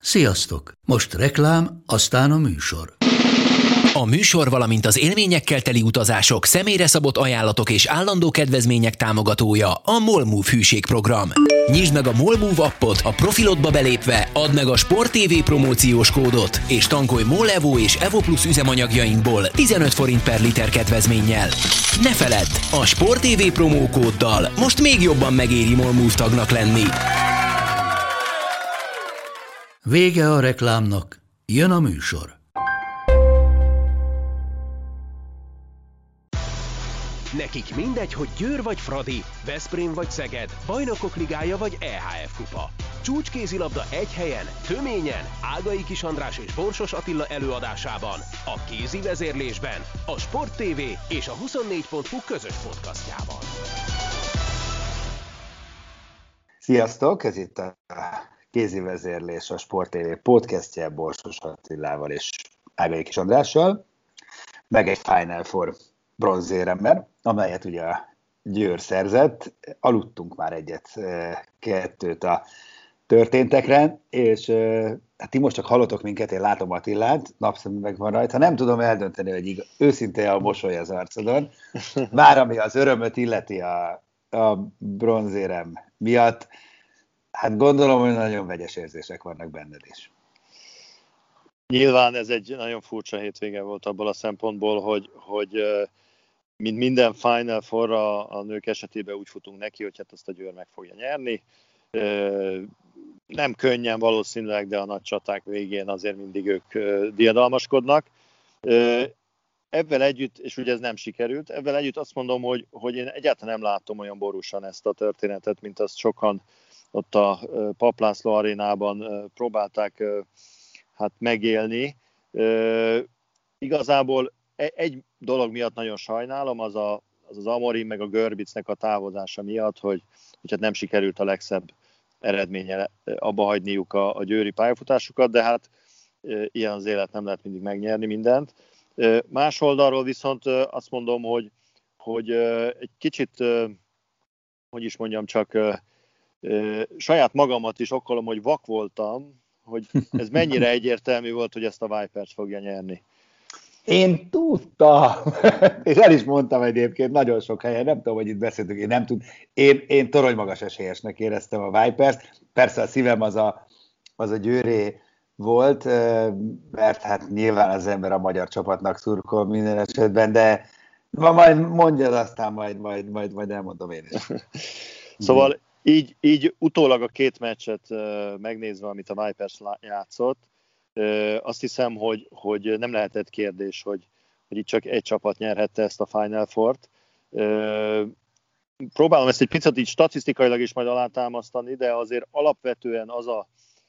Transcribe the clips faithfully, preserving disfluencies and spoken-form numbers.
Sziasztok! Most reklám, aztán a műsor. A műsor, valamint az élményekkel teli utazások, személyre szabott ajánlatok és állandó kedvezmények támogatója a MOLMOVE hűségprogram. Nyisd meg a MOLMOVE appot, a profilodba belépve add meg a Sport té vé promóciós kódot, és tankolj MOL Evo és Evo Plus üzemanyagjainkból tizenöt forint per liter kedvezménnyel. Ne feledd, a Sport té vé promókóddal most még jobban megéri MOLMOVE tagnak lenni. Vége a reklámnak, jön a műsor. Nekik mindegy, hogy Győr vagy Fradi, Veszprém vagy Szeged, Bajnokok Ligája vagy é há ef kupa. Csúcskézilabda egy helyen, töményen, Ágai Kis András és Borsos Attila előadásában, a kézi vezérlésben, a Sport té vé és a huszonnégy pont hu közös podcastjában. Sziasztok, ez itt a kézi vezérlés, a Sport té vé podcastje Borsos Attilával és Ágai Kis Andrással, meg egy Final Four bronzéremmel, amelyet ugye a Győr szerzett. Aludtunk már egyet, kettőt a történtekre, és hát ti most csak hallotok minket, én látom Attillát, napszemüveg van rajta, nem tudom eldönteni, hogy igaz, őszintén a mosoly az arcodon, bár ami az örömöt illeti a, a bronzérem miatt, hát gondolom, hogy nagyon vegyes érzések vannak benned is. Nyilván ez egy nagyon furcsa hétvége volt abból a szempontból, hogy, hogy mint minden Final Four-ra a nők esetében úgy futunk neki, hogy hát azt a Győr meg fogja nyerni. Nem könnyen valószínűleg, de a nagy csaták végén azért mindig ők diadalmaskodnak. Ezzel együtt, és ugye ez nem sikerült, ezzel együtt azt mondom, hogy, hogy én egyáltalán nem látom olyan borúsan ezt a történetet, mint azt sokan ott a Papp László arénában próbálták hát megélni. E, igazából egy dolog miatt nagyon sajnálom, az a, az, az Amorim meg a Görbicnek a távozása miatt, hogy, hogy hát nem sikerült a legszebb eredménye abba hagyniuk a, a győri pályafutásukat, de hát e, ilyen az élet, nem lehet mindig megnyerni mindent. E, más oldalról viszont e, azt mondom, hogy, hogy e, egy kicsit, e, hogy is mondjam, csak e, e, saját magamat is okkolom, hogy vak voltam, hogy ez mennyire egyértelmű volt, hogy ezt a Vipers fogja nyerni. Én tudtam, és el is mondtam egyébként nagyon sok helyen, nem tudom, hogy itt beszéltünk, én nem tudom. Én, én torony magas esélyesnek éreztem a Vipers-t, persze a szívem az a, az a Győré volt, mert hát nyilván az ember a magyar csapatnak szurkol minden esetben, de ma majd mondjad, aztán majd, majd, majd, majd elmondom én is. Szóval Így, így utólag a két meccset uh, megnézve, amit a Vipers játszott, uh, azt hiszem, hogy, hogy nem lehetett kérdés, hogy, hogy itt csak egy csapat nyerhette ezt a Final Fourt. Uh, próbálom ezt egy picit így statisztikailag is majd alátámasztani, de azért alapvetően az a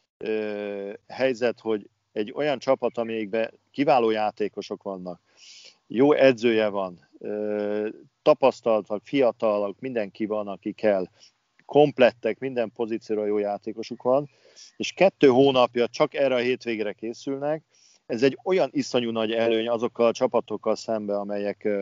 uh, helyzet, hogy egy olyan csapat, amelyikben kiváló játékosok vannak, jó edzője van, uh, tapasztaltak, fiatalok, mindenki van, aki kell, komplettek, minden pozícióra jó játékosuk van, és kettő hónapja csak erre a hétvégére készülnek. Ez egy olyan iszonyú nagy előny azokkal a csapatokkal szembe, amelyek ö,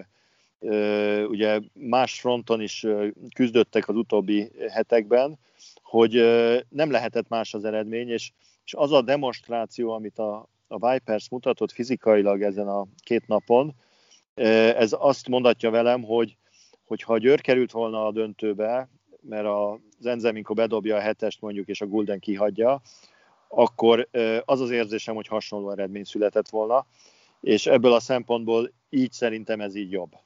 ö, ugye más fronton is ö, küzdöttek az utóbbi hetekben, hogy ö, nem lehetett más az eredmény, és, és az a demonstráció, amit a, a Vipers mutatott fizikailag ezen a két napon, ö, ez azt mondatja velem, hogy, hogy ha a Győr került volna a döntőbe, mert az Enzeminko bedobja a hetest mondjuk, és a Gulden kihagyja, akkor az az érzésem, hogy hasonló eredmény született volna, és ebből a szempontból így szerintem ez így jobb.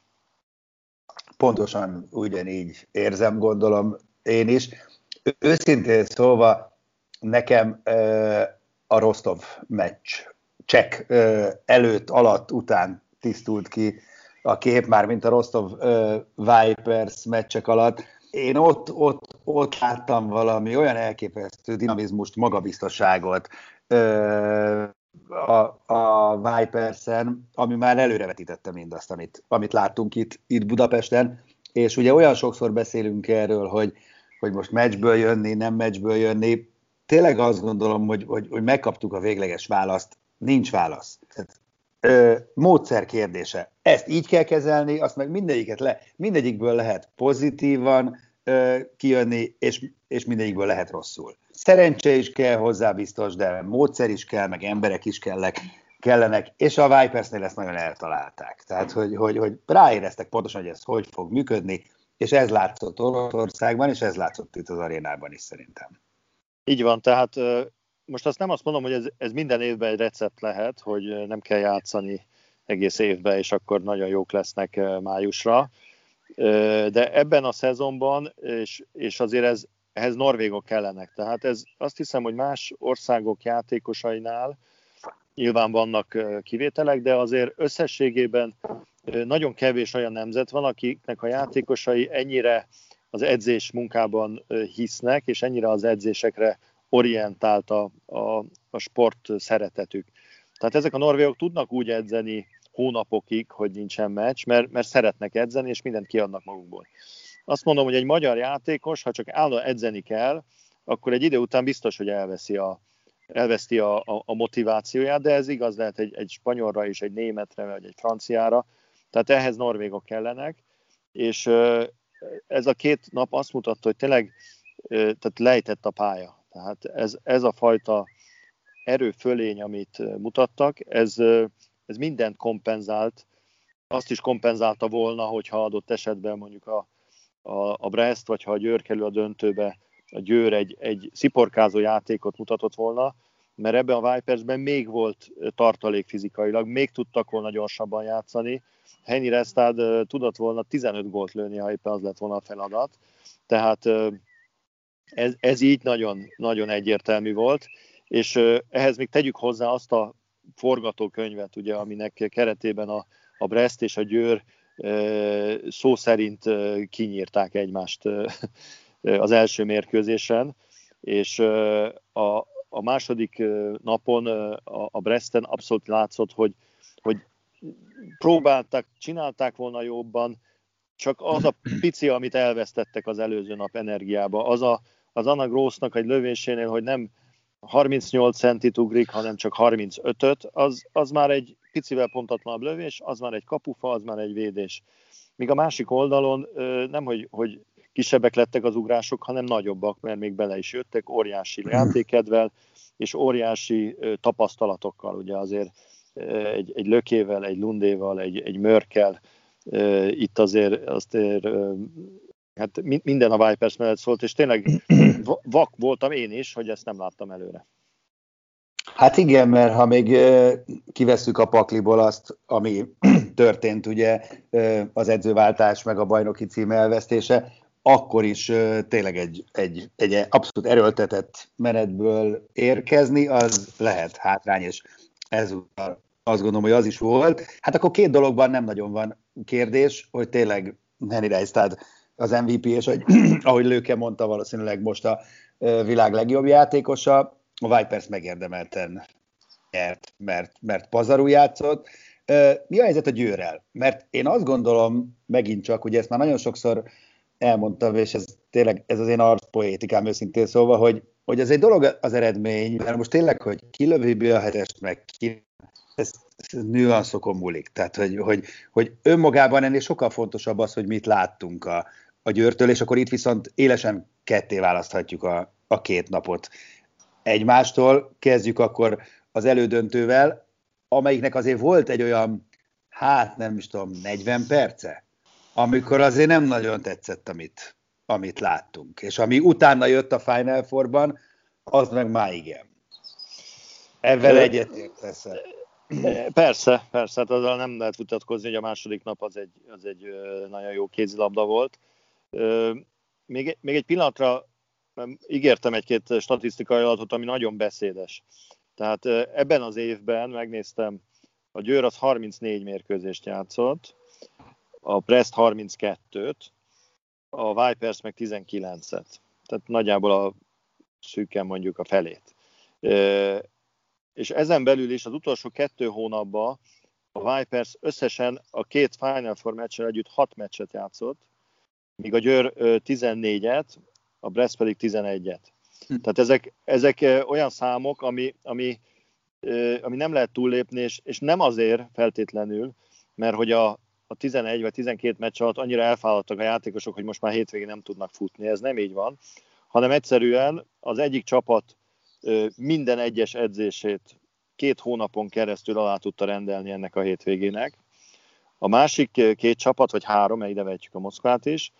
Pontosan ugyanígy érzem, gondolom én is. Őszintén szólva, nekem a Rostov meccs, Csek előtt, alatt, után tisztult ki a kép, már mint a Rostov Vipers meccsek alatt. Én ott, ott, ott láttam valami olyan elképesztő dinamizmust, magabiztosságot ö, a, a Vipersen, ami már előrevetítette mindazt, amit, amit láttunk itt, itt Budapesten, és ugye olyan sokszor beszélünk erről, hogy, hogy most meccsből jönni, nem meccsből jönni. Tényleg azt gondolom, hogy, hogy, hogy megkaptuk a végleges választ. Nincs válasz. Ö, módszer kérdése. Ezt így kell kezelni, azt meg mindegyiket le, mindegyikből lehet pozitívan kijönni, és, és mindegyikből lehet rosszul. Szerencse is kell hozzá biztos, de módszer is kell, meg emberek is kellek, kellenek, és a Vipersnél ezt nagyon eltalálták. Tehát, hogy, hogy, hogy ráéreztek pontosan, hogy ez hogy fog működni, és ez látszott Oroszországban, és ez látszott itt az arénában is szerintem. Így van, tehát most azt nem azt mondom, hogy ez, ez minden évben egy recept lehet, hogy nem kell játszani egész évben, és akkor nagyon jók lesznek májusra. De ebben a szezonban, és, és azért ez, ehhez norvégok kellenek. Tehát ez, azt hiszem, hogy más országok játékosainál nyilván vannak kivételek, de azért összességében nagyon kevés olyan nemzet van, akiknek a játékosai ennyire az edzés munkában hisznek, és ennyire az edzésekre orientált a, a, a sport szeretetük. Tehát ezek a norvégok tudnak úgy edzeni hónapokig, hogy nincsen meccs, mert, mert szeretnek edzeni, és mindent kiadnak magukból. Azt mondom, hogy egy magyar játékos, ha csak állandóan edzeni kell, akkor egy idő után biztos, hogy elveszi a, elveszti a, a, a motivációját, de ez igaz lehet egy, egy spanyolra is, egy németre, vagy egy franciára, tehát ehhez norvégok kellenek, és ez a két nap azt mutatta, hogy tényleg tehát lejtett a pálya. Tehát ez, ez a fajta erőfölény, amit mutattak, ez, ez mindent kompenzált. Azt is kompenzálta volna, hogyha adott esetben mondjuk a, a, a Brest, vagy ha a Győr kerül a döntőbe, a Győr egy, egy sziporkázó játékot mutatott volna, mert ebben a Vipersben még volt tartalék fizikailag, még tudtak volna gyorsabban játszani. Henny Restad tudott volna tizenöt gólt lőni, ha éppen az lett volna a feladat. Tehát ez, ez így nagyon, nagyon egyértelmű volt, és ehhez még tegyük hozzá azt a forgatókönyvet, ugye, aminek keretében a, a Brest és a Győr szó szerint kinyírták egymást az első mérkőzésen, és a, a második napon a, a Bresten abszolút látszott, hogy, hogy próbáltak, csinálták volna jobban, csak az a pici, amit elvesztettek az előző nap energiába, az a, az Anna Grossnak egy lövésénél, hogy nem harmincnyolc centit ugrik, hanem csak harmincötöt, az, az már egy picivel pontatlanabb lövés, az már egy kapufa, az már egy védés. Míg a másik oldalon nem, hogy, hogy kisebbek lettek az ugrások, hanem nagyobbak, mert még bele is jöttek, óriási játékedvel, és óriási tapasztalatokkal, ugye azért egy, egy Lökével, egy Lundéval, egy, egy Mörkkel, itt azért, azért hát minden a Vipers mellett szólt, és tényleg vak voltam én is, hogy ezt nem láttam előre. Hát igen, mert ha még kivesszük a pakliból azt, ami történt, ugye az edzőváltás meg a bajnoki cím elvesztése, akkor is tényleg egy, egy, egy abszolút erőltetett menetből érkezni, az lehet hátrány, és ezúttal azt gondolom, hogy az is volt. Hát akkor két dologban nem nagyon van kérdés, hogy tényleg Henny Restad az em vé pé, és hogy, ahogy Lőke mondta, valószínűleg most a világ legjobb játékosa, a Vipers megérdemelten nyert, mert, mert pazarul játszott. Mi a helyzet a Győrrel? Mert én azt gondolom, megint csak, ugye ezt már nagyon sokszor elmondtam, és ez tényleg ez az én arcpoétikám őszintén szólva, hogy, hogy ez egy dolog az eredmény, mert most tényleg, hogy kilövi a hetest, meg ki, ez, ez nüanszokon múlik. Tehát, hogy, hogy, hogy önmagában ennél sokkal fontosabb az, hogy mit láttunk a, a Győrtől, és akkor itt viszont élesen ketté választhatjuk a, a két napot egymástól. Kezdjük akkor az elődöntővel, amelyiknek azért volt egy olyan, hát nem is tudom, negyven perce, amikor azért nem nagyon tetszett, amit, amit láttunk. És ami utána jött a Final Fourban, az meg már igen. Ezzel egyetértesz. Persze, persze, hát azzal nem lehet vitatkozni, hogy a második nap az egy, az egy nagyon jó kézilabda volt. Még, még egy pillanatra ígértem egy-két statisztikai adatot, ami nagyon beszédes. Tehát ebben az évben megnéztem, a Győr az harmincnégy mérkőzést játszott, a Brest harminckettőt, a Vipers meg tizenkilencet. Tehát nagyjából a szűken mondjuk a felét. És ezen belül is az utolsó kettő hónapban a Vipers összesen a két Final Four meccsel együtt hat meccset játszott, míg a Győr tizennégyet, a Brest pedig tizenegyet. Hm. Tehát ezek, ezek olyan számok, ami, ami, ami nem lehet túllépni, és, és nem azért feltétlenül, mert hogy a, a tizenegy vagy tizenkét meccs alatt annyira elfáradtak a játékosok, hogy most már hétvégén nem tudnak futni. Ez nem így van, hanem egyszerűen az egyik csapat minden egyes edzését két hónapon keresztül alá tudta rendelni ennek a hétvégének. A másik két csapat, vagy három, ide vehetjük a Moszkvát is,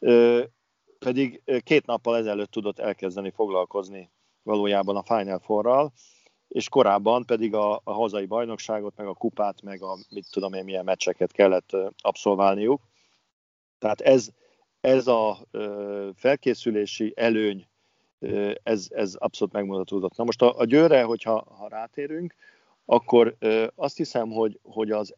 pedig két nappal ezelőtt tudott elkezdeni foglalkozni valójában a Final Four-ral, és korábban pedig a, a hazai bajnokságot, meg a kupát, meg a mit tudom én milyen meccseket kellett abszolválniuk. Tehát ez, ez a felkészülési előny, ez, ez abszolút megmutatódott. Na most a, a Győrre, hogyha ha rátérünk, akkor azt hiszem, hogy, hogy az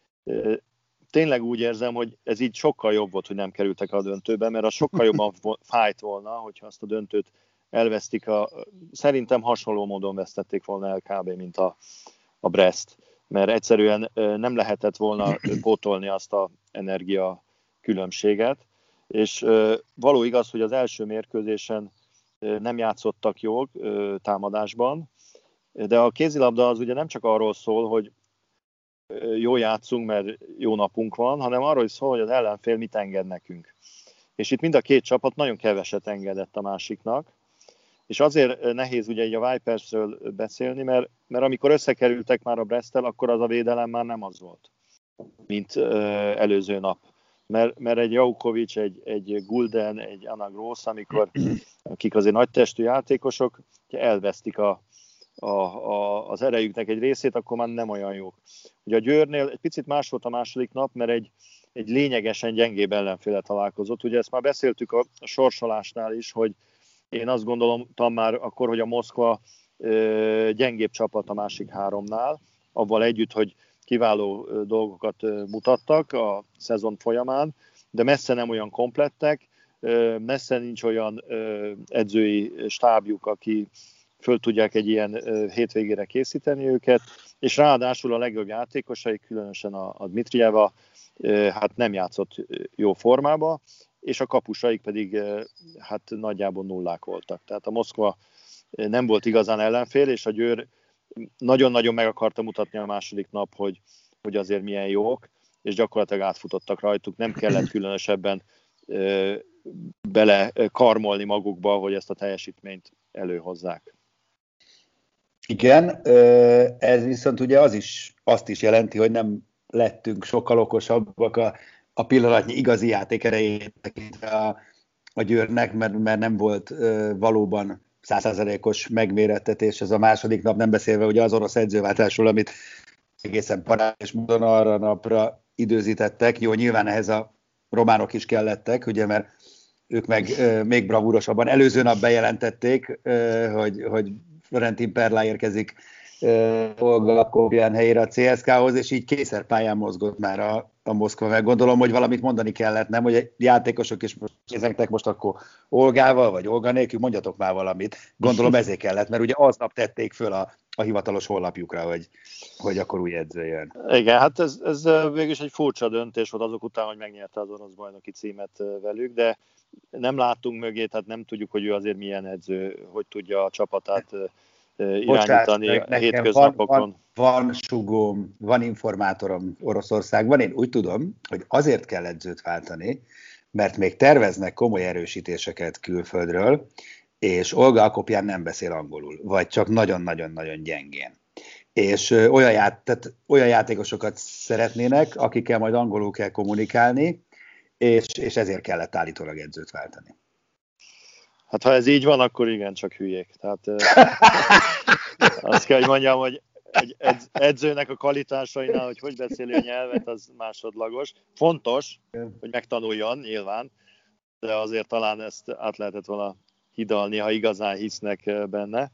tényleg úgy érzem, hogy ez így sokkal jobb volt, hogy nem kerültek a döntőbe, mert az sokkal jobban fájt volna, hogyha azt a döntőt elvesztik. A, szerintem hasonló módon vesztették volna el kb. Mint a, a Brest, mert egyszerűen nem lehetett volna pótolni azt az energia különbséget, és való igaz, hogy az első mérkőzésen nem játszottak jól támadásban, de a kézilabda az ugye nem csak arról szól, hogy jól játszunk, mert jó napunk van, hanem arról is szól, hogy az ellenfél mit enged nekünk. És itt mind a két csapat nagyon keveset engedett a másiknak, és azért nehéz ugye így a Vipersről beszélni, mert, mert amikor összekerültek már a Bresttel, akkor az a védelem már nem az volt, mint ö, előző nap. Mert, mert egy Jaukovics, egy, egy Gulden, egy Anna Gross, amikor, akik azért nagy testű játékosok, elvesztik a, a, a, az erejüknek egy részét, akkor már nem olyan jók. Ugye a Győrnél egy picit más volt a második nap, mert egy, egy lényegesen gyengébb ellenféle találkozott. Ugye ezt már beszéltük a, a sorsolásnál is, hogy én azt gondolom már akkor, hogy a Moszkva ö, gyengébb csapat a másik háromnál, avval együtt, hogy kiváló ö, dolgokat ö, mutattak a szezon folyamán, de messze nem olyan komplettek, ö, messze nincs olyan ö, edzői stábjuk, aki föl tudják egy ilyen ö, hétvégére készíteni őket, és ráadásul a legjobb játékosai, különösen a, a Dmitrijeva, ö, hát nem játszott jó formába, és a kapusaik pedig hát nagyjából nullák voltak. Tehát a Moszkva nem volt igazán ellenfél, és a Győr nagyon-nagyon meg akarta mutatni a második nap, hogy, hogy azért milyen jók, és gyakorlatilag átfutottak rajtuk. Nem kellett különösebben ö, bele karmolni magukba, hogy ezt a teljesítményt előhozzák. Igen, ez viszont ugye az is, azt is jelenti, hogy nem lettünk sokkal okosabbak a a pillanatnyi igazi játékerejét tekintve a, a Győrnek, mert, mert nem volt ö, valóban száz százalékos megmérettetés. Ez a második nap, nem beszélve ugye az orosz edzőváltásról, amit egészen parádés módon arra napra időzítettek. Jó, nyilván ehhez a románok is kellettek, ugye, mert ők meg ö, még bravúrosabban előző nap bejelentették, ö, hogy, hogy Florentin Perla érkezik Olga Kopján helyére a cé es ká-hoz, és így készerpályán mozgott már a, a Moszkva. Meg gondolom, hogy valamit mondani kellett, nem? Hogy a játékosok is kézentek most akkor Olgával, vagy Olga nélkül, mondjatok már valamit. Gondolom ezért kellett, mert ugye aznap tették föl a, a hivatalos honlapjukra, hogy, hogy akkor új edző jön. Igen, hát ez, ez végülis egy furcsa döntés volt azok után, hogy megnyerte az orosz bajnoki címet velük, de nem láttunk mögé, tehát nem tudjuk, hogy ő azért milyen edző, hogy tudja a csapatát irányítani a hétköznapokon. Van, van, van sugóm, van informátorom Oroszországban. Én úgy tudom, hogy azért kell edzőt váltani, mert még terveznek komoly erősítéseket külföldről, és Olga Akopján nem beszél angolul, vagy csak nagyon-nagyon-nagyon gyengén. És olyan, ját, tehát olyan játékosokat szeretnének, akikkel majd angolul kell kommunikálni, és, és ezért kellett állítólag edzőt váltani. Hát ha ez így van, akkor igen, csak hülyék. Tehát azt kell, hogy mondjam, hogy egy edzőnek a kvalitásainál, hogy hogy beszéli a nyelvet, az másodlagos. Fontos, hogy megtanuljon nyilván, de azért talán ezt át lehetett volna hidalni, ha igazán hisznek benne.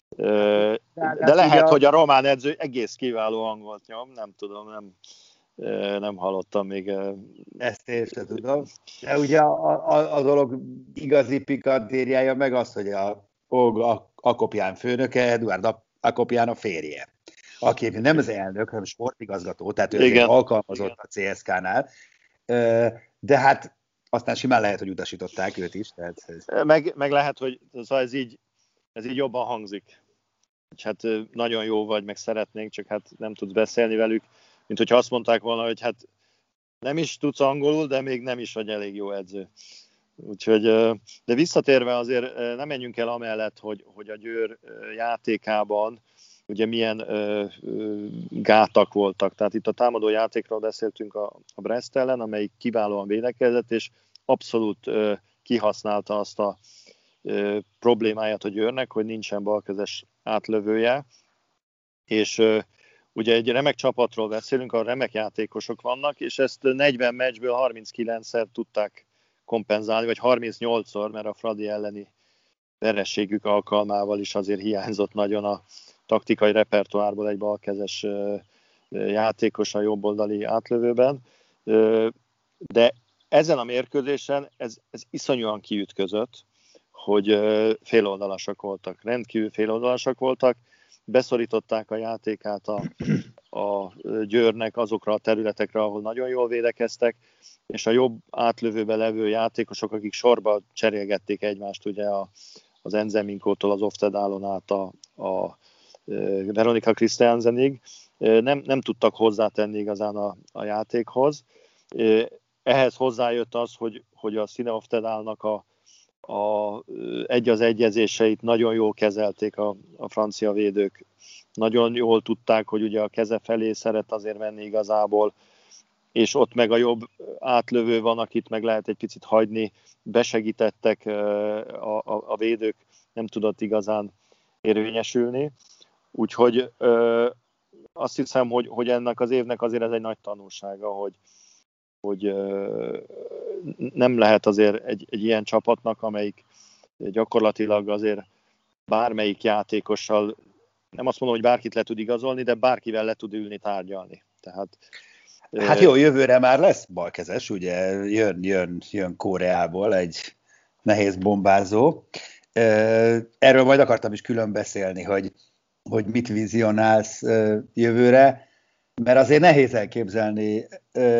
De lehet, hogy a román edző egész kiváló angolt nyom, nem tudom, nem, nem hallottam még. Ezt én sem tudom. De ugye a, a, a dolog igazi pikantériája meg az, hogy a Olga Akopján főnöke, Eduard Akopján a férje, aki nem az elnök, hanem sportigazgató, tehát ő egy alkalmazott a cé es ká-nál. De hát aztán simán lehet, hogy utasították őt is. Tehát ez... meg, meg lehet, hogy szóval ez, így, ez így jobban hangzik. Hát nagyon jó vagy, meg szeretnénk, csak hát nem tudsz beszélni velük, mint hogyha azt mondták volna, hogy hát Nem is tudsz angolul, de még nem is vagy elég jó edző. Úgyhogy, de visszatérve azért nem menjünk el amellett, hogy, hogy a Győr játékában ugye milyen ö, ö, gátak voltak. Tehát itt a támadó játékról beszéltünk a, a Brest ellen, amelyik kiválóan védekezett, és abszolút ö, kihasználta azt a ö, problémáját a Győrnek, hogy nincsen balkezes átlövője. És ö, ugye egy remek csapatról beszélünk, a remek játékosok vannak, és ezt negyven meccsből harminckilencszer tudták kompenzálni, vagy harmincnyolcszor, mert a Fradi elleni vereségük alkalmával is azért hiányzott nagyon a taktikai repertoárból egy balkezes játékos a jobboldali átlövőben. De ezen a mérkőzésen ez, ez iszonyúan kiütközött, hogy féloldalasak voltak, rendkívül féloldalasak voltak, beszorították a játékát a, a Győrnek azokra a területekre, ahol nagyon jól védekeztek, és a jobb átlövőbe levő játékosok, akik sorba cserélgették egymást, ugye a, az Enzeminkótól az Oftedálon át a, a Veronika Christiansenig, nem, nem tudtak hozzátenni igazán a, a játékhoz. Ehhez hozzájött az, hogy, hogy a Szine Oftedálnak a, a egy az egyezéseit nagyon jól kezelték a, a francia védők. Nagyon jól tudták, hogy ugye a keze felé szeret azért menni igazából, és ott meg a jobb átlövő van, akit meg lehet egy picit hagyni, besegítettek a, a, a védők, nem tudott igazán érvényesülni. Úgyhogy ö, azt hiszem, hogy, hogy ennek az évnek azért ez egy nagy tanulsága, hogy, hogy ö, nem lehet azért egy, egy ilyen csapatnak, amelyik gyakorlatilag azért bármelyik játékossal, nem azt mondom, hogy bárkit le tud igazolni, de bárkivel le tud ülni, tárgyalni. Tehát, hát jó, jövőre már lesz balkezes, ugye jön, jön, jön Koreából egy nehéz bombázó. Erről majd akartam is külön beszélni, hogy hogy mit vizionálsz jövőre, mert azért nehéz elképzelni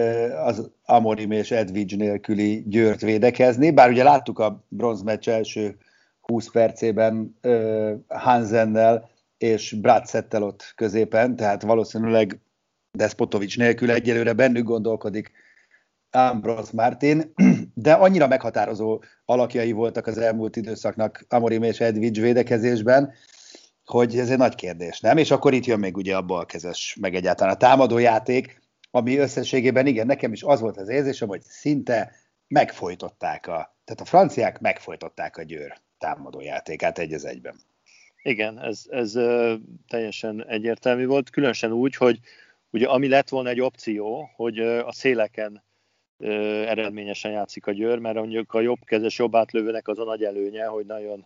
az Amorim és Edvidge nélküli Győrt védekezni, bár ugye láttuk a bronzmeccs első húsz percében Hansennel és Bradsettel ott középen, tehát valószínűleg Despotovics nélkül egyelőre bennük gondolkodik Ambrose Martin, de annyira meghatározó alakjai voltak az elmúlt időszaknak Amorim és Edvidge védekezésben, hogy ez egy nagy kérdés, nem? És akkor itt jön még ugye a balkezes, meg egyáltalán a támadójáték, ami összességében igen, nekem is az volt az érzésem, hogy szinte megfojtották a, tehát a franciák megfojtották a Győr támadójátékát egy az egyben. Igen, ez, ez uh, teljesen egyértelmű volt, különösen úgy, hogy ugye ami lett volna egy opció, hogy uh, a széleken uh, eredményesen játszik a Győr, mert mondjuk a jobbkezes, jobb átlövőnek az a nagy előnye, hogy nagyon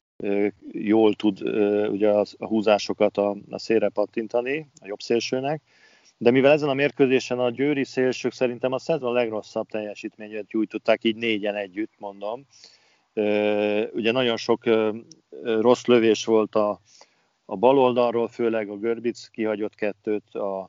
jól tud ugye a húzásokat a, a szélre pattintani, a jobb szélsőnek, de mivel ezen a mérkőzésen a győri szélsők szerintem a szezon legrosszabb teljesítményét gyújtották, így négyen együtt, mondom. Ugye nagyon sok rossz lövés volt a, a bal oldalról, főleg a Görbic kihagyott kettőt, a,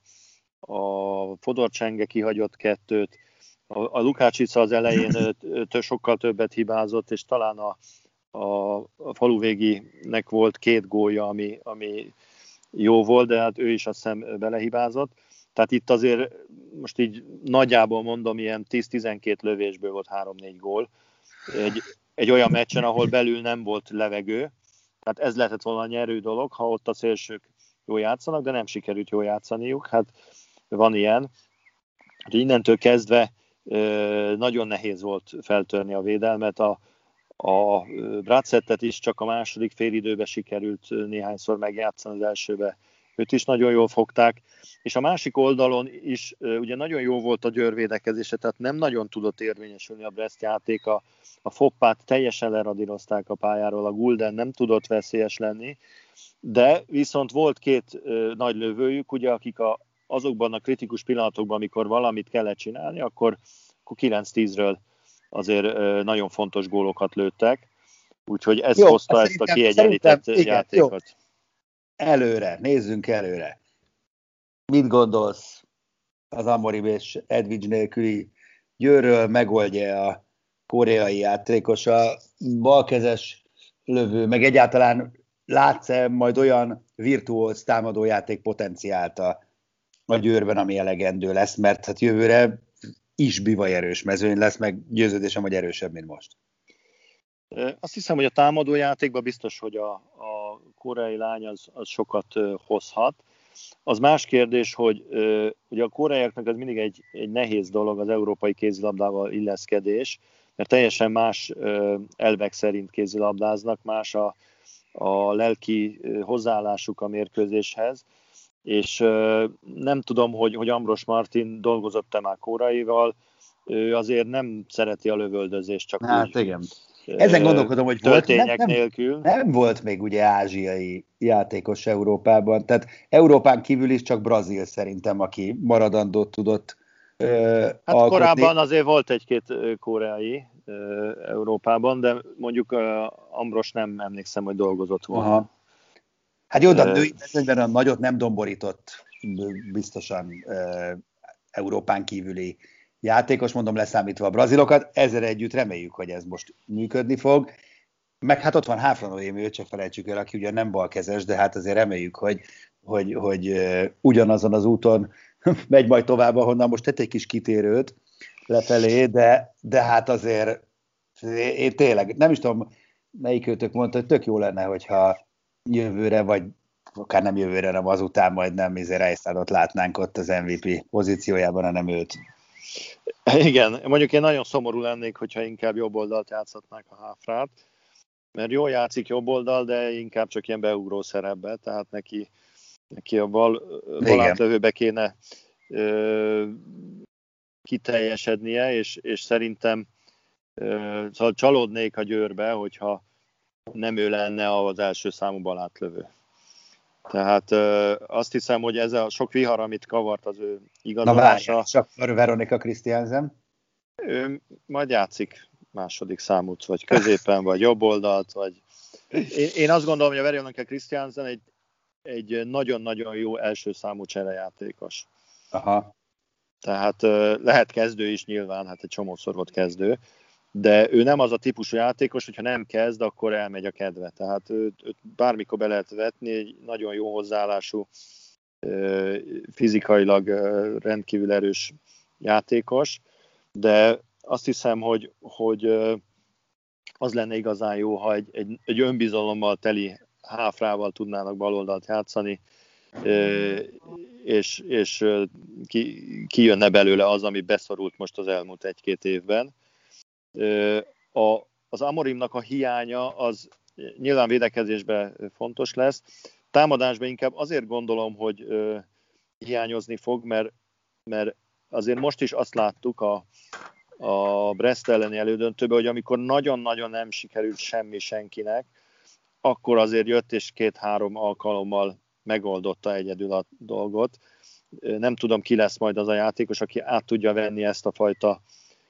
a Fodor Csenge kihagyott kettőt, a, a Lukácsica az elején sokkal többet hibázott, és talán a A, a faluvéginek volt két gólja, ami, ami jó volt, de hát ő is azt hiszem belehibázott. Tehát itt azért most így nagyjából mondom, ilyen tíz-tizenkét lövésből volt három-négy gól. Egy, egy olyan meccsen, ahol belül nem volt levegő. Tehát ez lehetett volna a nyerő dolog, ha ott a szélsők jól játszanak, de nem sikerült jól játszaniuk. Hát van ilyen. Innentől kezdve nagyon nehéz volt feltörni a védelmet. A A Bradsettet is csak a második félidőben sikerült néhányszor megjátszani, az elsőbe őt is nagyon jól fogták, és a másik oldalon is ugye nagyon jó volt a Győr védekezése, tehát nem nagyon tudott érvényesülni a Brest játéka, a Foppát teljesen leradírozták a pályáról, a Gulden nem tudott veszélyes lenni, de viszont volt két nagy lövőjük, ugye, akik a, azokban a kritikus pillanatokban, amikor valamit kellett csinálni, akkor, akkor kilenc-tízről azért nagyon fontos gólokat lőttek, úgyhogy ez jó, hozta ezt a kiegyenlített játékot. Jó. Előre, nézzünk előre. Mit gondolsz az Amorim és Edvidge nélküli Győrről, megoldja a koreai játékos a balkezes lövő, meg egyáltalán látsz-e majd olyan virtuóz támadójáték potenciált a, a Győrben, ami elegendő lesz, mert hát jövőre is bivajerős mezőny lesz, meg győződésem, hogy erősebb, mint most. Azt hiszem, hogy a támadójátékban biztos, hogy a, a koreai lány az, az sokat hozhat. Az más kérdés, hogy ugye a koreaiaknak az mindig egy, egy nehéz dolog az európai kézilabdával illeszkedés, mert teljesen más elvek szerint kézilabdáznak, más a, a lelki hozzáállásuk a mérkőzéshez, és nem tudom, hogy, hogy Ambros Martin dolgozott-e már koreaival, ő azért nem szereti a lövöldözést, csak hát úgy. Igen. Ezen gondolkodom, hogy volt, nem, nem, nélkül. nem volt még ugye ázsiai játékos Európában, tehát Európán kívül is csak Brazil szerintem, aki maradandót tudott ö, Hát alkotni. korábban azért volt egy-két koreai ö, Európában, de mondjuk ö, Ambros nem emlékszem, hogy dolgozott volna. Aha. Hát jó, de a női mezőnyben a nagyot nem domborított biztosan ö, Európán kívüli játékos, mondom, leszámítva a brazilokat, ezzel együtt reméljük, hogy ez most működni fog. Meg hát ott van Háfra Noémi, őt csak felejtsük el, aki ugye nem balkezes, de hát azért reméljük, hogy, hogy, hogy uh, ugyanazon az úton megy majd tovább, ahonnan most tett egy kis kitérőt lefelé, de, de hát azért én tényleg, nem is tudom, melyik őtök mondta, hogy tök jó lenne, hogyha jövőre, vagy akár nem jövőre, hanem azután majd nem Reisztádot látnánk ott az em vé pé pozíciójában, hanem őt. Igen, mondjuk én nagyon szomorú lennék, hogyha inkább jobb oldalt játszhatnák a Háfrát, mert jól játszik jobb oldal, de inkább csak ilyen beugró szerepbe, tehát neki, neki a bal, bal átlövőbe kéne ö, kiteljesednie, és, és szerintem ö, szóval csalódnék a Győrbe, hogyha nem ő lenne az első számú bal átlövő. Tehát ö, azt hiszem, hogy ez a sok vihar, amit kavart az ő igazolása... Na várjál, csak Veronika Christiansen? Ő majd játszik második számút, vagy középen, vagy jobb oldalt, vagy... Én, én azt gondolom, hogy a Veronika Christiansen egy, egy nagyon-nagyon jó első számú cserejátékos. Aha. Tehát ö, lehet kezdő is nyilván, hát egy csomószor volt kezdő, de ő nem az a típusú játékos, hogyha nem kezd, akkor elmegy a kedve. Tehát őt, őt bármikor be lehet vetni, egy nagyon jó hozzáállású, fizikailag rendkívül erős játékos, de azt hiszem, hogy, hogy az lenne igazán jó, ha egy, egy, egy önbizalommal teli Háfrával tudnának baloldalt játszani, és, és ki, kijönne belőle az, ami beszorult most az elmúlt egy-két évben. A, az Amorimnak a hiánya az nyilván védekezésben fontos lesz. Támadásban inkább azért gondolom, hogy ö, hiányozni fog, mert, mert azért most is azt láttuk a, a Brest elleni elődöntőben, hogy amikor nagyon-nagyon nem sikerült semmi senkinek, akkor azért jött és két-három alkalommal megoldotta egyedül a dolgot. Nem tudom, ki lesz majd az a játékos, aki át tudja venni ezt a fajta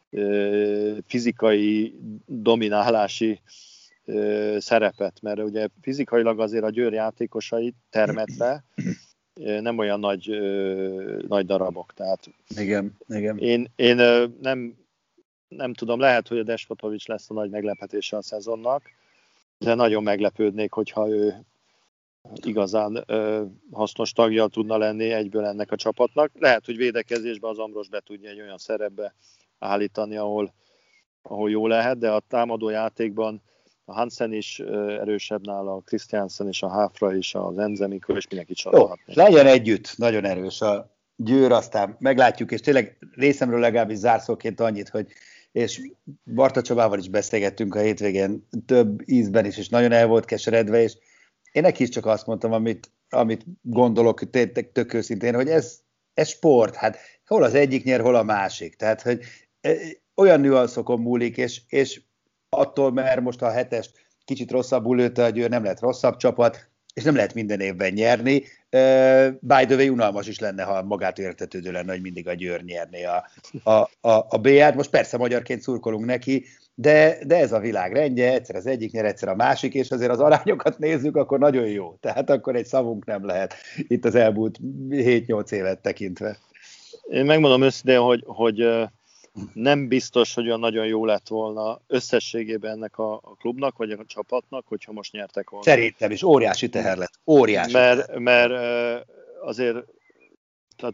fizikai dominálási szerepet, mert ugye fizikailag azért a Győr játékosai termetve nem olyan nagy, nagy darabok. Tehát igen, igen. Én, én nem, nem tudom, lehet, hogy a Despotovics lesz a nagy meglepetése a szezonnak, de nagyon meglepődnék, hogyha ő igazán hasznos tagja tudna lenni egyből ennek a csapatnak. Lehet, hogy védekezésben az Ambros be tudja egy olyan szerepbe állítani, ahol, ahol jó lehet, de a támadó játékban a Hansen is erősebb nála, a Christiansen és a Háfra is, az Enzemiko, és mindenki sorolhatni. Legyen együtt, nagyon erős a Győr, aztán meglátjuk, és tényleg részemről legalábbis zárszóként annyit, hogy és Barta Csabával is beszélgettünk a hétvégén több ízben is, és nagyon el volt keseredve, és én neki is csak azt mondtam, amit, amit gondolok tök őszintén, hogy ez, ez sport, hát hol az egyik nyer, hol a másik, tehát hogy olyan nüanszokon múlik, és, és attól, mert most a hetest kicsit rosszabbul lőtte a Győr, nem lett rosszabb csapat, és nem lehet minden évben nyerni. Uh, by the way, unalmas is lenne, ha magától értetődő lenne, hogy mindig a Győr nyerné a, a, a, a bé á-t. Most persze magyarként szurkolunk neki, de, de ez a világ rendje, egyszer az egyik nyer, egyszer a másik, és azért az arányokat nézzük, akkor nagyon jó. Tehát akkor egy szavunk nem lehet itt az elmúlt hét-nyolc évet tekintve. Én megmondom őszintén, hogy, hogy nem biztos, hogy olyan nagyon jó lett volna összességében ennek a, a klubnak, vagy a csapatnak, hogyha most nyertek volna. Szerintem is óriási teher lett. Óriási. Mert, mert azért tehát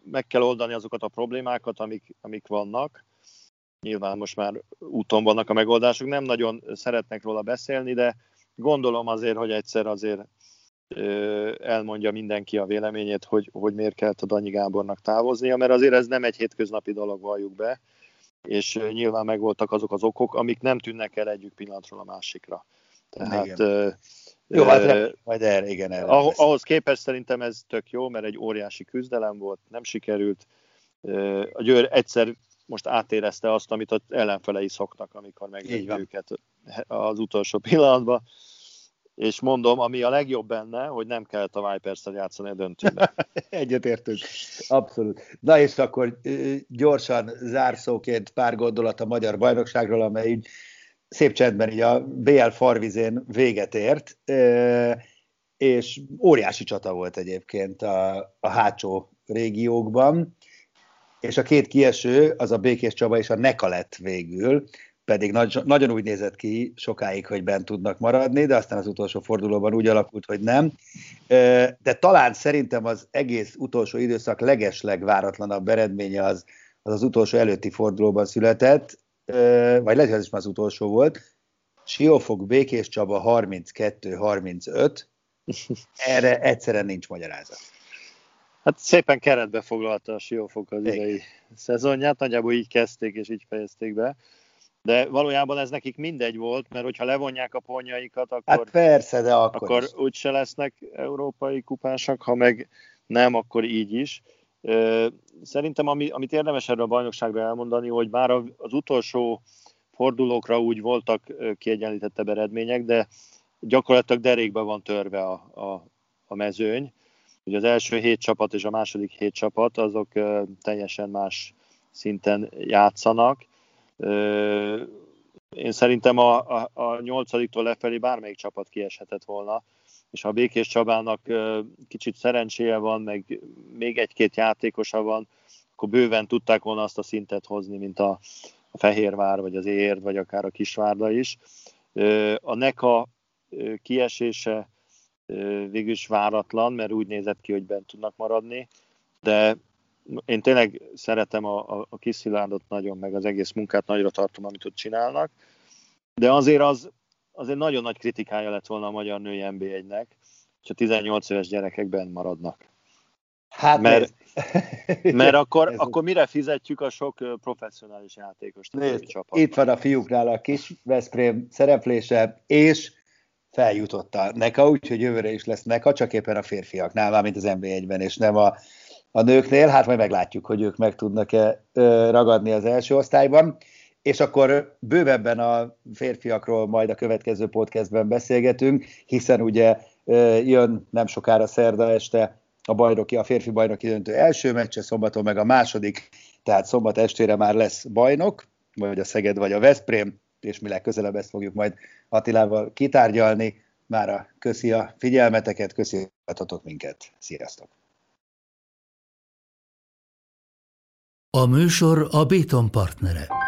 meg kell oldani azokat a problémákat, amik, amik vannak. Nyilván most már úton vannak a megoldások, nem nagyon szeretnek róla beszélni, de gondolom azért, hogy egyszer azért elmondja mindenki a véleményét, hogy, hogy miért kellett a Danyi Gábornak távoznia, mert azért ez nem egy hétköznapi dolog, valljuk be, és nyilván megvoltak azok az okok, amik nem tűnnek el egyik pillanatról a másikra. Tehát, uh, jó, hát uh, majd erre, igen, erre ahhoz, ahhoz képest szerintem ez tök jó, mert egy óriási küzdelem volt, nem sikerült. Uh, a Győr egyszer most átérezte azt, amit az ellenfelei szoktak, amikor megverik őket az utolsó pillanatban. És mondom, ami a legjobb benne, hogy nem kellett a Vipers-tel játszani a döntőben. Egyetértünk. Abszolút. Na és akkor gyorsan zárszóként pár gondolat a magyar bajnokságról, amely így szép csendben így a bé el farvizén véget ért, és óriási csata volt egyébként a, a hátsó régiókban, és a két kieső, az a Békés Csaba és a Neka lett végül, pedig nagy, nagyon úgy nézett ki sokáig, hogy bent tudnak maradni, de aztán az utolsó fordulóban úgy alakult, hogy nem. De talán szerintem az egész utolsó időszak legesleg váratlanabb eredménye az az, az utolsó előtti fordulóban született, vagy lehet, hogy ez is már az utolsó volt. Siófok Békés Csaba harminckettő harmincöt, erre egyszerűen nincs magyarázat. Hát szépen keretbe foglalta a Siófok az idei szezonját, nagyjából így kezdték és így fejezték be. De valójában ez nekik mindegy volt, mert hogyha levonják a pontjaikat, akkor, hát persze, de akkor, akkor úgyse lesznek európai kupásak, ha meg nem, akkor így is. Szerintem ami, amit érdemes erről a bajnokságra elmondani, hogy már az utolsó fordulókra úgy voltak kiegyenlítettebb eredmények, de gyakorlatilag derékbe van törve a, a, a mezőny. Ugye az első hét csapat és a második hét csapat, azok teljesen más szinten játszanak. Én szerintem a, a, a nyolcadiktól lefelé bármelyik csapat kieshetett volna, és ha a Békés Csabának kicsit szerencséje van, meg még egy-két játékosa van, akkor bőven tudták volna azt a szintet hozni, mint a, a Fehérvár, vagy az Érd, vagy akár a Kisvárda is. A Neka kiesése végül is váratlan, mert úgy nézett ki, hogy bent tudnak maradni, de én tényleg szeretem a, a, a Kis Szilárdot nagyon, meg az egész munkát nagyra tartom, amit ott csinálnak, de azért az azért nagyon nagy kritikája lett volna a magyar női en bé egynek, hogyha tizennyolc éves gyerekek bent maradnak. Hát mert, mert akkor, akkor mire fizetjük a sok professzionális játékost a többi csapatnak? Itt van a fiúknál a Kis Veszprém szereplése, és feljutott a Neka, úgyhogy jövőre is lesz Neka, csak éppen a férfiaknál, már mint az en bé egyben, és nem a, a nőknél. Hát majd meglátjuk, hogy ők meg tudnak-e ragadni az első osztályban. És akkor bővebben a férfiakról majd a következő podcastben beszélgetünk, hiszen ugye jön nem sokára szerda este a bajnoki, a férfi bajnoki döntő első meccse, szombaton meg a második, tehát szombat estére már lesz bajnok, vagy a Szeged, vagy a Veszprém, és mi legközelebb ezt fogjuk majd Attilával kitárgyalni. Mára köszi a figyelmeteket, köszi, hogy hallgattatok minket. Sziasztok! A műsor a Béton partnere.